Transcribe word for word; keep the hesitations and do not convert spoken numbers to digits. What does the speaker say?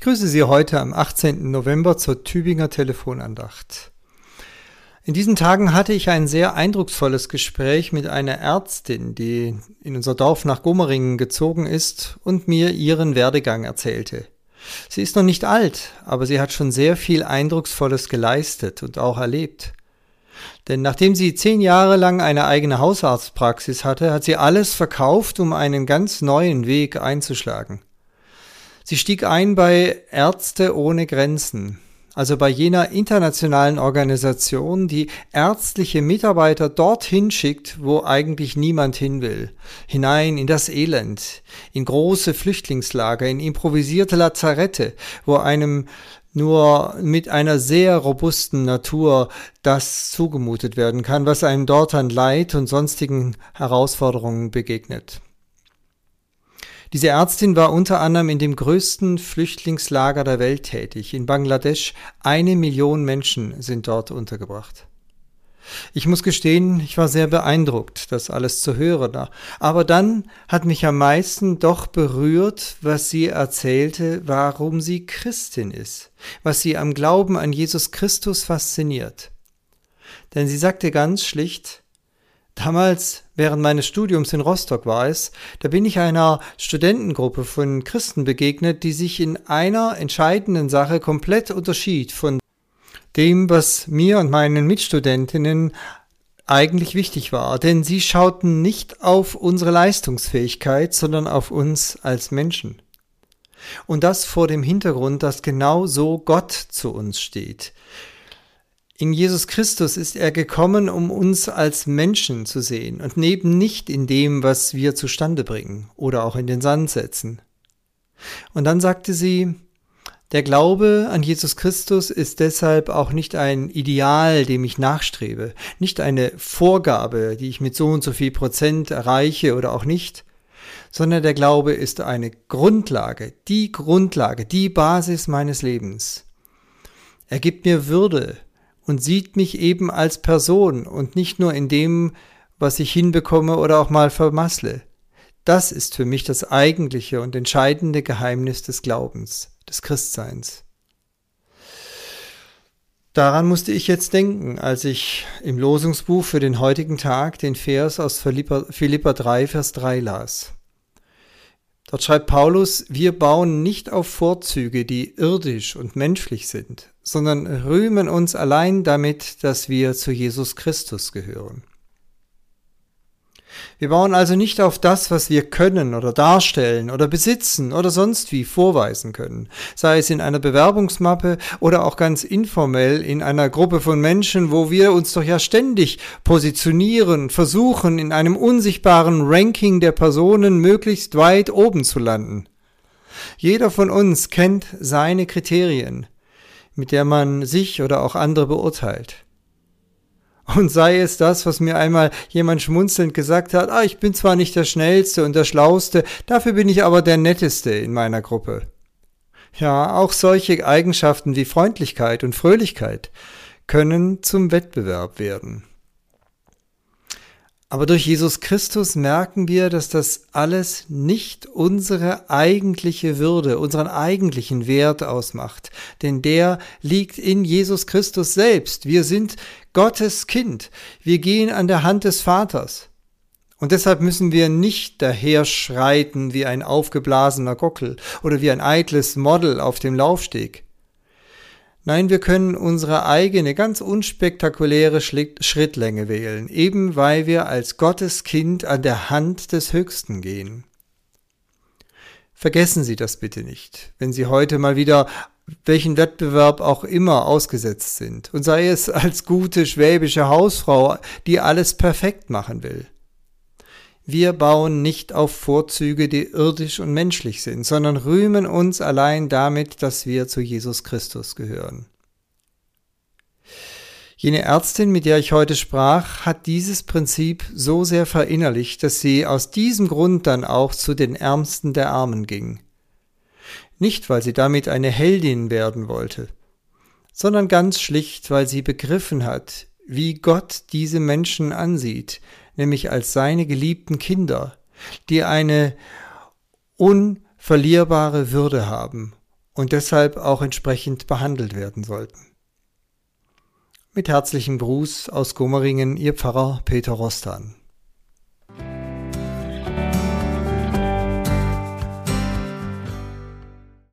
Ich grüße Sie heute am achtzehnten November zur Tübinger Telefonandacht. In diesen Tagen hatte ich ein sehr eindrucksvolles Gespräch mit einer Ärztin, die in unser Dorf nach Gommeringen gezogen ist und mir ihren Werdegang erzählte. Sie ist noch nicht alt, aber sie hat schon sehr viel Eindrucksvolles geleistet und auch erlebt. Denn nachdem sie zehn Jahre lang eine eigene Hausarztpraxis hatte, hat sie alles verkauft, um einen ganz neuen Weg einzuschlagen. Sie stieg ein bei Ärzte ohne Grenzen, also bei jener internationalen Organisation, die ärztliche Mitarbeiter dorthin schickt, wo eigentlich niemand hin will, hinein in das Elend, in große Flüchtlingslager, in improvisierte Lazarette, wo einem nur mit einer sehr robusten Natur das zugemutet werden kann, was einem dort an Leid und sonstigen Herausforderungen begegnet. Diese Ärztin war unter anderem in dem größten Flüchtlingslager der Welt tätig. In Bangladesch, eine Million Menschen sind dort untergebracht. Ich muss gestehen, ich war sehr beeindruckt, das alles zu hören. Aber dann hat mich am meisten doch berührt, was sie erzählte, warum sie Christin ist, was sie am Glauben an Jesus Christus fasziniert. Denn sie sagte ganz schlicht, damals, während meines Studiums in Rostock war es, da bin ich einer Studentengruppe von Christen begegnet, die sich in einer entscheidenden Sache komplett unterschied von dem, was mir und meinen Mitstudentinnen eigentlich wichtig war. Denn sie schauten nicht auf unsere Leistungsfähigkeit, sondern auf uns als Menschen. Und das vor dem Hintergrund, dass genau so Gott zu uns steht. In Jesus Christus ist er gekommen, um uns als Menschen zu sehen und eben nicht in dem, was wir zustande bringen oder auch in den Sand setzen. Und dann sagte sie, der Glaube an Jesus Christus ist deshalb auch nicht ein Ideal, dem ich nachstrebe, nicht eine Vorgabe, die ich mit so und so viel Prozent erreiche oder auch nicht, sondern der Glaube ist eine Grundlage, die Grundlage, die Basis meines Lebens. Er gibt mir Würde und sieht mich eben als Person und nicht nur in dem, was ich hinbekomme oder auch mal vermassle. Das ist für mich das eigentliche und entscheidende Geheimnis des Glaubens, des Christseins. Daran musste ich jetzt denken, als ich im Losungsbuch für den heutigen Tag den Vers aus Philipper drei, Vers drei las. Dort schreibt Paulus, wir bauen nicht auf Vorzüge, die irdisch und menschlich sind, sondern rühmen uns allein damit, dass wir zu Jesus Christus gehören. Wir bauen also nicht auf das, was wir können oder darstellen oder besitzen oder sonst wie vorweisen können, sei es in einer Bewerbungsmappe oder auch ganz informell in einer Gruppe von Menschen, wo wir uns doch ja ständig positionieren, versuchen, in einem unsichtbaren Ranking der Personen möglichst weit oben zu landen. Jeder von uns kennt seine Kriterien, mit der man sich oder auch andere beurteilt. Und sei es das, was mir einmal jemand schmunzelnd gesagt hat, ah, ich bin zwar nicht der Schnellste und der Schlauste, dafür bin ich aber der Netteste in meiner Gruppe. Ja, auch solche Eigenschaften wie Freundlichkeit und Fröhlichkeit können zum Wettbewerb werden. Aber durch Jesus Christus merken wir, dass das alles nicht unsere eigentliche Würde, unseren eigentlichen Wert ausmacht. Denn der liegt in Jesus Christus selbst. Wir sind Gottes Kind. Wir gehen an der Hand des Vaters. Und deshalb müssen wir nicht daherschreiten wie ein aufgeblasener Gockel oder wie ein eitles Model auf dem Laufsteg. Nein, wir können unsere eigene, ganz unspektakuläre Schrittlänge wählen, eben weil wir als Gottes Kind an der Hand des Höchsten gehen. Vergessen Sie das bitte nicht, wenn Sie heute mal wieder welchen Wettbewerb auch immer ausgesetzt sind, und sei es als gute schwäbische Hausfrau, die alles perfekt machen will. Wir bauen nicht auf Vorzüge, die irdisch und menschlich sind, sondern rühmen uns allein damit, dass wir zu Jesus Christus gehören. Jene Ärztin, mit der ich heute sprach, hat dieses Prinzip so sehr verinnerlicht, dass sie aus diesem Grund dann auch zu den Ärmsten der Armen ging. Nicht, weil sie damit eine Heldin werden wollte, sondern ganz schlicht, weil sie begriffen hat, wie Gott diese Menschen ansieht, nämlich als seine geliebten Kinder, die eine unverlierbare Würde haben und deshalb auch entsprechend behandelt werden sollten. Mit herzlichem Gruß aus Gomaringen, Ihr Pfarrer Peter Rostan.